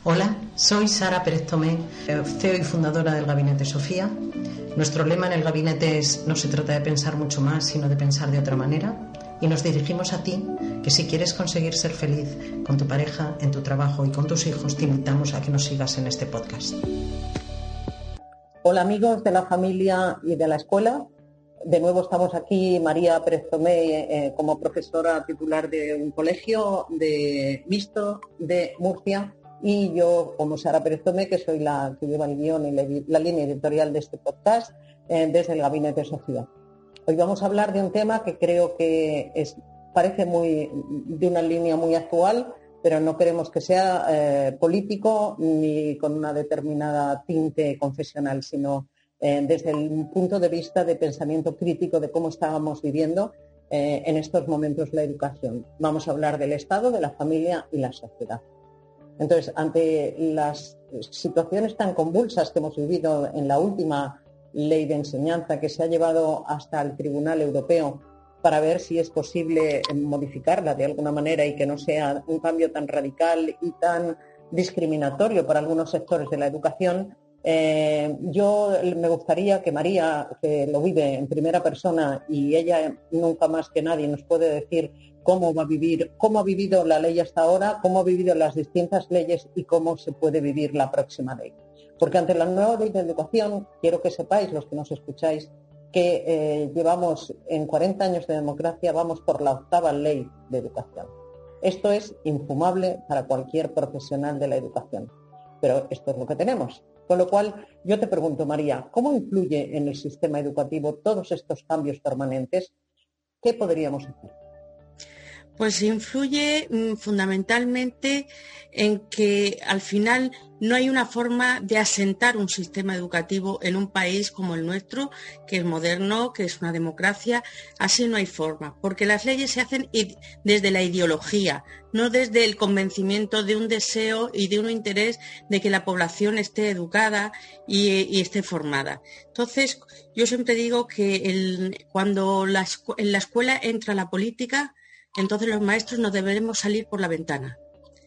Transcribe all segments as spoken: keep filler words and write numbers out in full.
Hola, soy Sara Pérez Tomé, C E O y fundadora del Gabinete Sofía. Nuestro lema en el gabinete es: no se trata de pensar mucho más, sino de pensar de otra manera. Y nos dirigimos a ti, que si quieres conseguir ser feliz con tu pareja, en tu trabajo y con tus hijos, te invitamos a que nos sigas en este podcast. Hola amigos de la familia y de la escuela. De nuevo estamos aquí, María Pérez Tomé, eh, como profesora titular de un colegio de mixto de Murcia, y yo como Sara Pérez Tomé, que soy la que lleva el guión y la, la línea editorial de este podcast eh, desde el Gabinete Sofía. Hoy vamos a hablar de un tema que creo que es, parece muy de una línea muy actual, pero no queremos que sea eh, político ni con una determinada tinte confesional, sino eh, desde el punto de vista de pensamiento crítico de cómo estábamos viviendo eh, en estos momentos la educación. Vamos a hablar del Estado, de la familia y la sociedad. Entonces, ante las situaciones tan convulsas que hemos vivido en la última ley de enseñanza, que se ha llevado hasta el Tribunal Europeo para ver si es posible modificarla de alguna manera y que no sea un cambio tan radical y tan discriminatorio para algunos sectores de la educación, eh, yo me gustaría que María, que lo vive en primera persona y ella nunca más que nadie nos puede decir cómo va a vivir, cómo ha vivido la ley hasta ahora, cómo ha vivido las distintas leyes y cómo se puede vivir la próxima ley. Porque ante la nueva ley de educación, quiero que sepáis, los que nos escucháis, que eh, llevamos en cuarenta años de democracia, vamos por la octava ley de educación. Esto es infumable para cualquier profesional de la educación, pero esto es lo que tenemos. Con lo cual, yo te pregunto, María, ¿cómo influye en el sistema educativo todos estos cambios permanentes? ¿Qué podríamos hacer? Pues influye mmm, fundamentalmente en que al final no hay una forma de asentar un sistema educativo en un país como el nuestro, que es moderno, que es una democracia. Así no hay forma, porque las leyes se hacen desde la ideología, no desde el convencimiento de un deseo y de un interés de que la población esté educada y, y esté formada. Entonces, yo siempre digo que el, cuando la, en la escuela entra la política, entonces los maestros no deberemos salir por la ventana.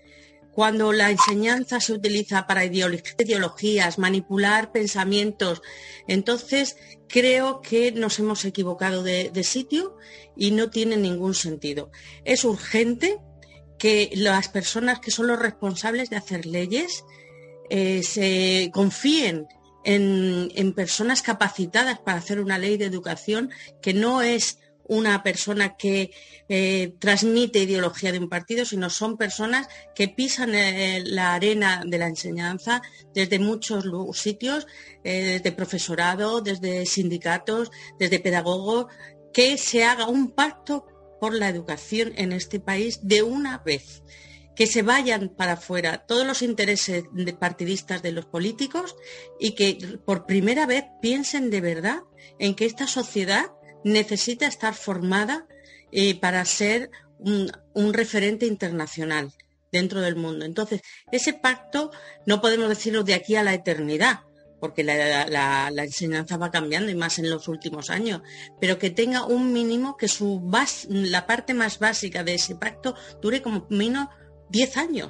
Cuando la enseñanza se utiliza para ideologías, manipular pensamientos, entonces creo que nos hemos equivocado de, de sitio y no tiene ningún sentido. Es urgente que las personas que son los responsables de hacer leyes eh, se confíen en, en personas capacitadas para hacer una ley de educación, que no es una persona que eh, transmite ideología de un partido, sino son personas que pisan eh, la arena de la enseñanza desde muchos sitios, eh, desde profesorado, desde sindicatos, desde pedagogos, que se haga un pacto por la educación en este país de una vez. Que se vayan para afuera todos los intereses partidistas de los políticos y que por primera vez piensen de verdad en que esta sociedad necesita estar formada eh, para ser un, un referente internacional dentro del mundo. Entonces, ese pacto no podemos decirlo de aquí a la eternidad, porque la, la, la enseñanza va cambiando y más en los últimos años, pero que tenga un mínimo, que su base, la parte más básica de ese pacto dure como mínimo diez años.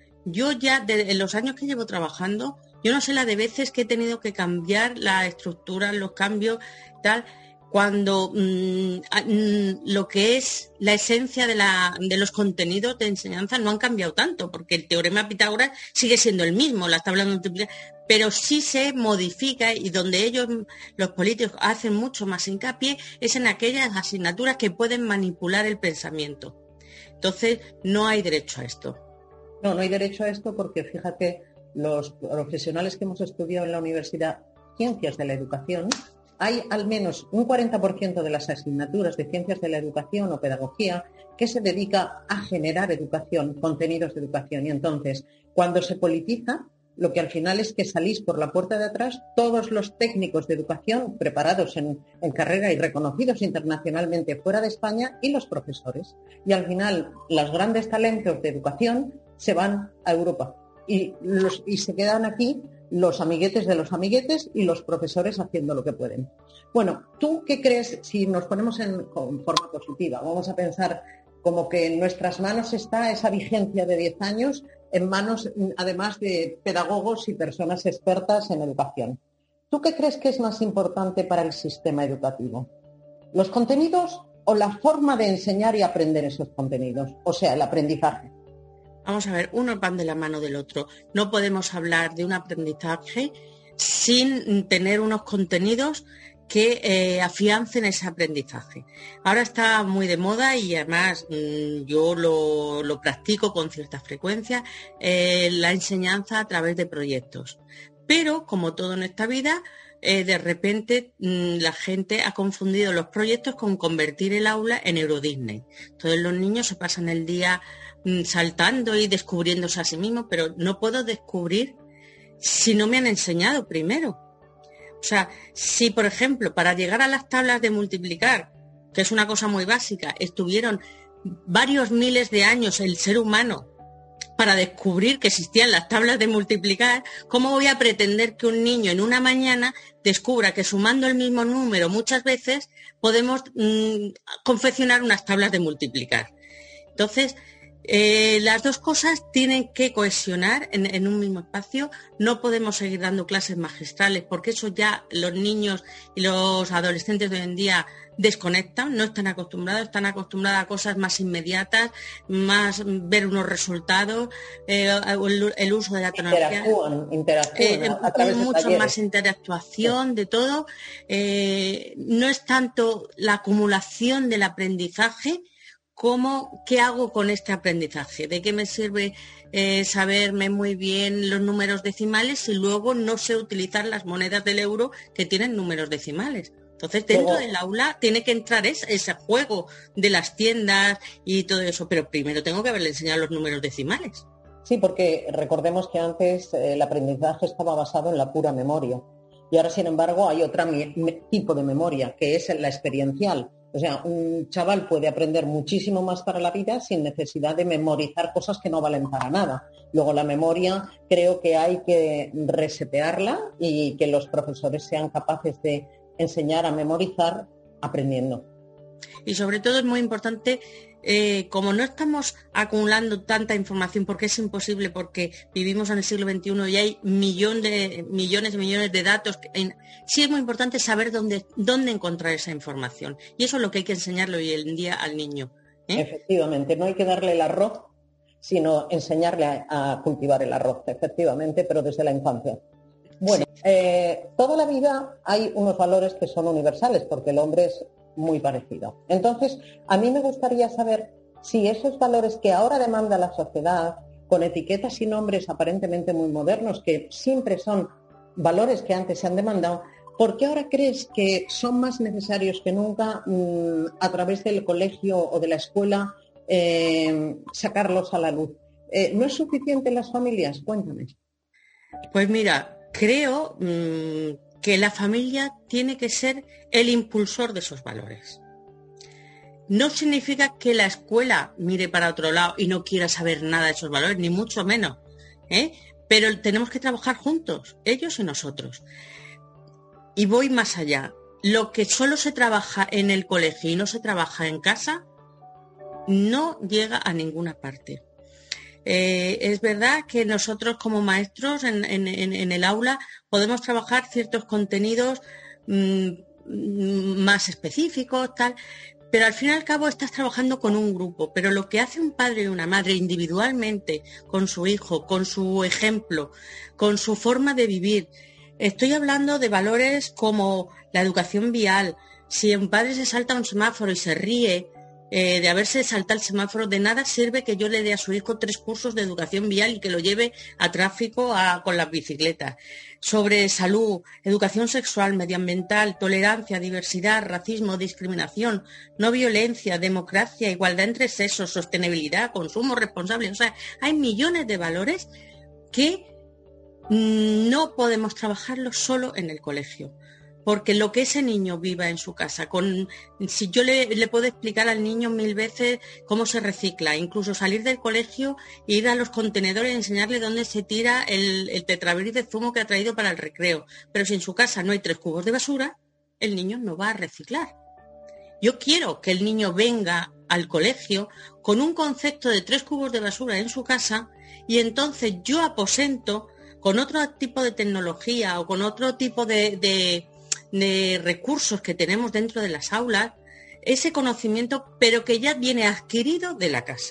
Yo ya, de, en los años que llevo trabajando, yo no sé la de veces que he tenido que cambiar la estructura, los cambios, tal, cuando mmm, mmm, lo que es la esencia de, la, de los contenidos de enseñanza no han cambiado tanto, porque el teorema de Pitágoras sigue siendo el mismo, la tabla de multiplicar, pero sí se modifica, y donde ellos, los políticos, hacen mucho más hincapié es en aquellas asignaturas que pueden manipular el pensamiento. Entonces, no hay derecho a esto. No, no hay derecho a esto porque, fíjate, los profesionales que hemos estudiado en la universidad Ciencias de la Educación, hay al menos un cuarenta por ciento de las asignaturas de Ciencias de la Educación o Pedagogía que se dedica a generar educación, contenidos de educación. Y entonces, cuando se politiza, lo que al final es que salís por la puerta de atrás todos los técnicos de educación preparados en, en carrera y reconocidos internacionalmente fuera de España, y los profesores. Y al final, los grandes talentos de educación se van a Europa y, los, y se quedan aquí los amiguetes de los amiguetes y los profesores haciendo lo que pueden. Bueno, ¿tú qué crees si nos ponemos en, en forma positiva? Vamos a pensar como que en nuestras manos está esa vigencia de diez años, en manos además de pedagogos y personas expertas en educación. ¿Tú qué crees que es más importante para el sistema educativo? ¿Los contenidos o la forma de enseñar y aprender esos contenidos? O sea, el aprendizaje. Vamos a ver, uno van de la mano del otro. No podemos hablar de un aprendizaje sin tener unos contenidos que eh, afiancen ese aprendizaje. Ahora está muy de moda y además mmm, yo lo, lo practico con cierta frecuencia, eh, la enseñanza a través de proyectos. Pero, como todo en esta vida, eh, de repente mmm, la gente ha confundido los proyectos con convertir el aula en Euro Disney. Entonces los niños se pasan el día mmm, saltando y descubriéndose a sí mismos, pero no puedo descubrir si no me han enseñado primero. O sea, si por ejemplo para llegar a las tablas de multiplicar, que es una cosa muy básica, estuvieron varios miles de años el ser humano para descubrir que existían las tablas de multiplicar, ¿cómo voy a pretender que un niño en una mañana descubra que sumando el mismo número muchas veces podemos mmm, confeccionar unas tablas de multiplicar? Entonces, Eh, las dos cosas tienen que cohesionar en, en un mismo espacio. No podemos seguir dando clases magistrales porque eso ya los niños y los adolescentes de hoy en día desconectan, no están acostumbrados, están acostumbrados a cosas más inmediatas, más ver unos resultados, eh, el, el uso de la tecnología. Interactúan, interactúan eh, a través de mucho talleres. Más interactuación, sí. De todo. Eh, no es tanto la acumulación del aprendizaje, ¿Cómo, ¿Qué hago con este aprendizaje? ¿De qué me sirve eh, saberme muy bien los números decimales si luego no sé utilizar las monedas del euro que tienen números decimales? Entonces, dentro del aula tiene que entrar ese, ese juego de las tiendas y todo eso, pero primero tengo que haberle enseñado los números decimales. Sí, porque recordemos que antes eh, el aprendizaje estaba basado en la pura memoria y ahora, sin embargo, hay otro tipo de memoria, que es la experiencial. O sea, un chaval puede aprender muchísimo más para la vida sin necesidad de memorizar cosas que no valen para nada. Luego la memoria creo que hay que resetearla y que los profesores sean capaces de enseñar a memorizar aprendiendo. Y sobre todo es muy importante, eh, como no estamos acumulando tanta información, porque es imposible, porque vivimos en el siglo veintiuno y hay millón de, millones y millones de datos, en, sí es muy importante saber dónde, dónde encontrar esa información. Y eso es lo que hay que enseñarle hoy en día al niño, ¿eh? Efectivamente, no hay que darle el arroz, sino enseñarle a, a cultivar el arroz, efectivamente, pero desde la infancia. Bueno, sí. eh, toda la vida hay unos valores que son universales, porque el hombre es muy parecido. Entonces, a mí me gustaría saber si esos valores que ahora demanda la sociedad, con etiquetas y nombres aparentemente muy modernos, que siempre son valores que antes se han demandado, ¿por qué ahora crees que son más necesarios que nunca mmm, a través del colegio o de la escuela eh, sacarlos a la luz? Eh, ¿No es suficiente en las familias? Cuéntame. Pues mira, creo mmm, que la familia tiene que ser el impulsor de esos valores. No significa que la escuela mire para otro lado y no quiera saber nada de esos valores, ni mucho menos, ¿eh? Pero tenemos que trabajar juntos, ellos y nosotros. Y voy más allá. Lo que solo se trabaja en el colegio y no se trabaja en casa, no llega a ninguna parte. Eh, es verdad que nosotros como maestros en, en, en el aula podemos trabajar ciertos contenidos mmm, más específicos, tal, pero al fin y al cabo estás trabajando con un grupo. Pero lo que hace un padre y una madre individualmente con su hijo, con su ejemplo, con su forma de vivir, estoy hablando de valores como la educación vial. Si un padre se salta un semáforo y se ríe Eh, de haberse saltado el semáforo, de nada sirve que yo le dé a su hijo tres cursos de educación vial y que lo lleve a tráfico a, con las bicicletas. Sobre salud, educación sexual, medioambiental, tolerancia, diversidad, racismo, discriminación, no violencia, democracia, igualdad entre sexos, sostenibilidad, consumo responsable. O sea, hay millones de valores que no podemos trabajarlos solo en el colegio. Porque lo que ese niño viva en su casa, con, si yo le, le puedo explicar al niño mil veces cómo se recicla, incluso salir del colegio e ir a los contenedores y enseñarle dónde se tira el, el tetrabric de zumo que ha traído para el recreo. Pero si en su casa no hay tres cubos de basura, el niño no va a reciclar. Yo quiero que el niño venga al colegio con un concepto de tres cubos de basura en su casa y entonces yo aposento con otro tipo de tecnología o con otro tipo de, de, de recursos que tenemos dentro de las aulas, ese conocimiento, pero que ya viene adquirido de la casa.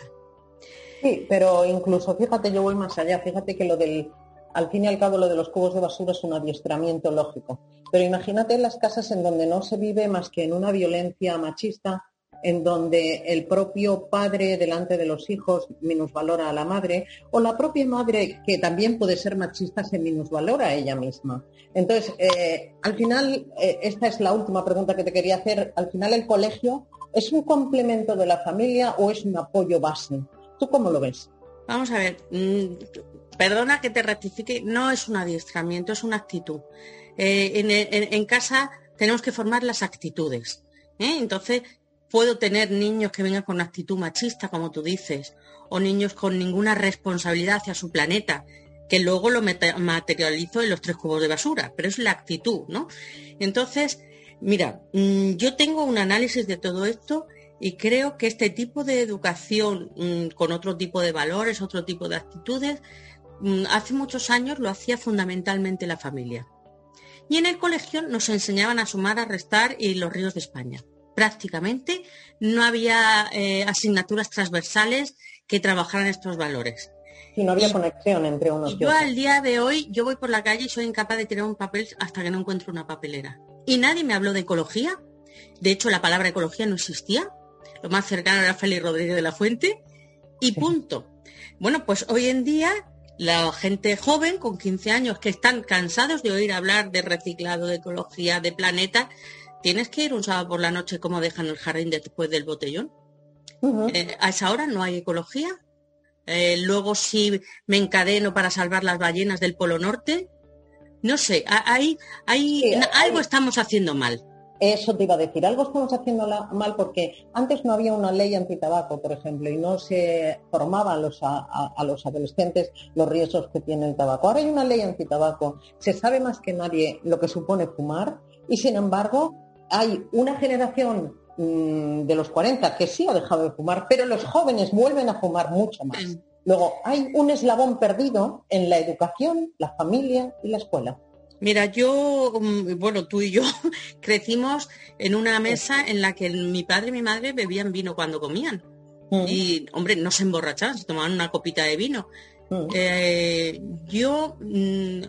Sí, pero incluso, fíjate, yo voy más allá, fíjate que lo del, al fin y al cabo, lo de los cubos de basura es un adiestramiento lógico. Pero imagínate en las casas en donde no se vive más que en una violencia machista, en donde el propio padre delante de los hijos minusvalora a la madre, o la propia madre, que también puede ser machista, se minusvalora a ella misma. Entonces, eh, al final, eh, esta es la última pregunta que te quería hacer, al final el colegio, ¿es un complemento de la familia o es un apoyo base? ¿Tú cómo lo ves? Vamos a ver, mmm, perdona que te rectifique, no es un adiestramiento, es una actitud. Eh, en, en, en casa tenemos que formar las actitudes, ¿eh? Entonces, puedo tener niños que vengan con una actitud machista, como tú dices, o niños con ninguna responsabilidad hacia su planeta, que luego lo materializo en los tres cubos de basura, pero es la actitud, ¿no? Entonces, mira, mmm, yo tengo un análisis de todo esto. Y creo que este tipo de educación mmm, con otro tipo de valores, otro tipo de actitudes, mmm, hace muchos años lo hacía fundamentalmente la familia. Y en el colegio nos enseñaban a sumar, a restar y los ríos de España. Prácticamente no había eh, asignaturas transversales que trabajaran estos valores. Y no había y, conexión entre unos y otros. Yo otros. al día de hoy, yo voy por la calle y soy incapaz de tirar un papel hasta que no encuentro una papelera. Y nadie me habló de ecología. De hecho, la palabra ecología no existía. Lo más cercano era Félix Rodríguez de la Fuente y punto. Bueno, pues hoy en día la gente joven con quince años que están cansados de oír hablar de reciclado, de ecología, de planeta, tienes que ir un sábado por la noche como dejan el jardín después del botellón. Uh-huh. Eh, a esa hora no hay ecología. Eh, luego sí me encadeno para salvar las ballenas del Polo Norte. No sé, hay, hay, sí, algo hay... estamos haciendo mal. Eso te iba a decir, algo estamos haciendo mal porque antes no había una ley antitabaco, por ejemplo, y no se formaban los, a, a, a los adolescentes los riesgos que tiene el tabaco. Ahora hay una ley antitabaco, se sabe más que nadie lo que supone fumar y sin embargo hay una generación mmm, de los cuarenta que sí ha dejado de fumar, pero los jóvenes vuelven a fumar mucho más. Mm. Luego hay un eslabón perdido en la educación, la familia y la escuela. Mira, yo, bueno, tú y yo crecimos en una mesa en la que mi padre y mi madre bebían vino cuando comían. Mm. Y, hombre, no se emborrachaban, se tomaban una copita de vino. Mm. Eh, yo mm,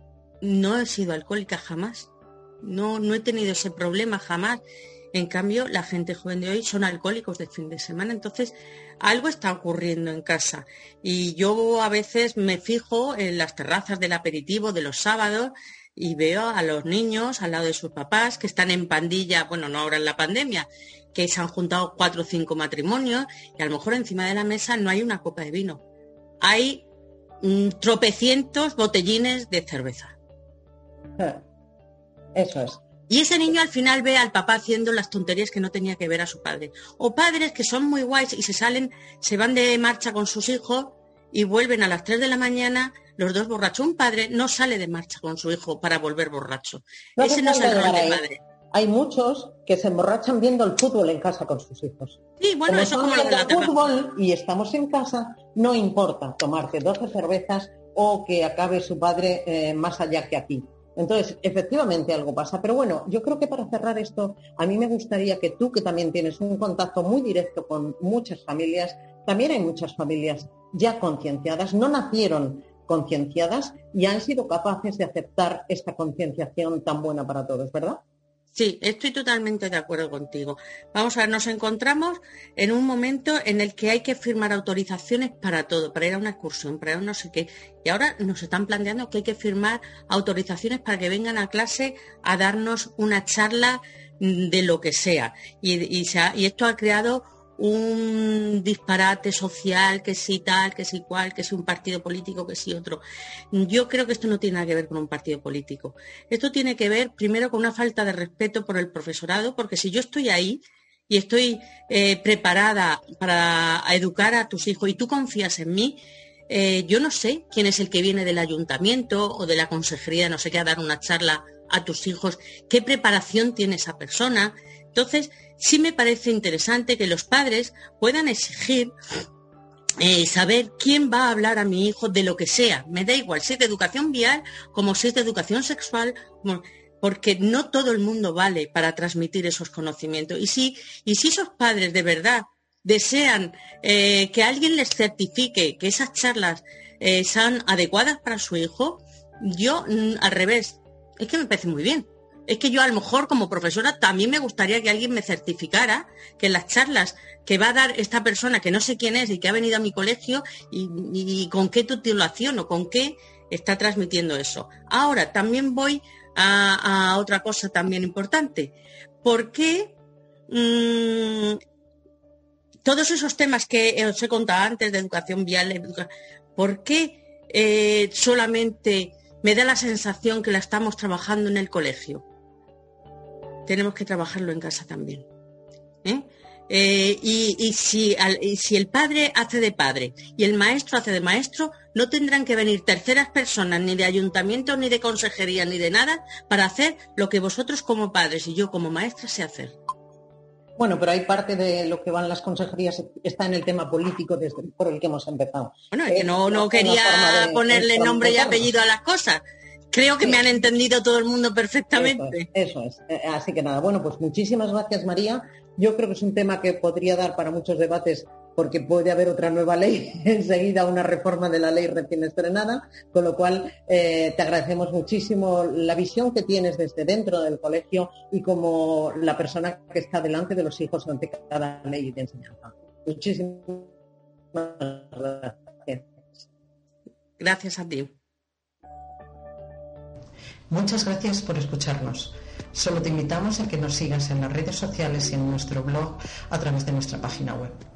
no he sido alcohólica jamás. No, no he tenido ese problema jamás. En cambio, la gente joven de hoy son alcohólicos de fin de semana. Entonces, algo está ocurriendo en casa. Y yo a veces me fijo en las terrazas del aperitivo de los sábados y veo a los niños al lado de sus papás que están en pandilla, bueno, no ahora en la pandemia, que se han juntado cuatro o cinco matrimonios y a lo mejor encima de la mesa no hay una copa de vino. Hay mmm, tropecientos botellines de cerveza. Eso es. Y ese niño al final ve al papá haciendo las tonterías que no tenía que ver a su padre. O padres que son muy guays y se salen, se van de marcha con sus hijos y vuelven a las tres de la mañana, los dos borrachos. Un padre no sale de marcha con su hijo para volver borracho. No ese no es el rol de padre. Hay muchos que se emborrachan viendo el fútbol en casa con sus hijos. Sí, bueno, como eso como lo de la fútbol y estamos en casa, no importa tomarte doce cervezas o que acabe su padre eh, más allá que aquí. Entonces, efectivamente algo pasa. Pero bueno, yo creo que para cerrar esto, a mí me gustaría que tú, que también tienes un contacto muy directo con muchas familias, también hay muchas familias ya concienciadas, no nacieron concienciadas y han sido capaces de aceptar esta concienciación tan buena para todos, ¿verdad? Sí, estoy totalmente de acuerdo contigo. Vamos a ver, nos encontramos en un momento en el que hay que firmar autorizaciones para todo, para ir a una excursión, para ir a no sé qué. Y ahora nos están planteando que hay que firmar autorizaciones para que vengan a clase a darnos una charla de lo que sea. Y, y, se ha, y esto ha creado un disparate social, que sí tal, que sí cual, que sí un partido político, que sí otro. Yo creo que esto no tiene nada que ver con un partido político. Esto tiene que ver primero con una falta de respeto por el profesorado, porque si yo estoy ahí y estoy eh, preparada para educar a tus hijos y tú confías en mí, eh, yo no sé quién es el que viene del ayuntamiento o de la consejería, no sé qué, a dar una charla a tus hijos, qué preparación tiene esa persona. Entonces, sí me parece interesante que los padres puedan exigir eh, saber quién va a hablar a mi hijo de lo que sea. Me da igual si es de educación vial como si es de educación sexual, como, porque no todo el mundo vale para transmitir esos conocimientos. Y si, y si esos padres de verdad desean eh, que alguien les certifique que esas charlas eh, son adecuadas para su hijo, yo mm, al revés, es que me parece muy bien. Es que yo a lo mejor como profesora también me gustaría que alguien me certificara que las charlas que va a dar esta persona que no sé quién es y que ha venido a mi colegio y, y, y con qué titulación o con qué está transmitiendo eso. Ahora también voy a, a otra cosa también importante. ¿Por qué mmm, todos esos temas que os he contado antes de educación vial, educa- ¿por qué eh, solamente me da la sensación que la estamos trabajando en el colegio? Tenemos que trabajarlo en casa también. ¿eh? Eh, y, y, si al, y si el padre hace de padre y el maestro hace de maestro, no tendrán que venir terceras personas, ni de ayuntamiento, ni de consejería, ni de nada, para hacer lo que vosotros como padres y yo como maestra sé hacer. Bueno, pero hay parte de lo que van las consejerías, está en el tema político desde, por el que hemos empezado. Bueno, es que no, no quería ponerle nombre y apellido a las cosas. Creo que me han entendido todo el mundo perfectamente. Eso es, eso es. Así que nada, bueno, pues muchísimas gracias, María. Yo creo que es un tema que podría dar para muchos debates porque puede haber otra nueva ley, enseguida una reforma de la ley recién estrenada, con lo cual eh, te agradecemos muchísimo la visión que tienes desde dentro del colegio y como la persona que está delante de los hijos ante cada ley de enseñanza. Muchísimas gracias. Gracias a ti. Muchas gracias por escucharnos. Solo te invitamos a que nos sigas en las redes sociales y en nuestro blog a través de nuestra página web.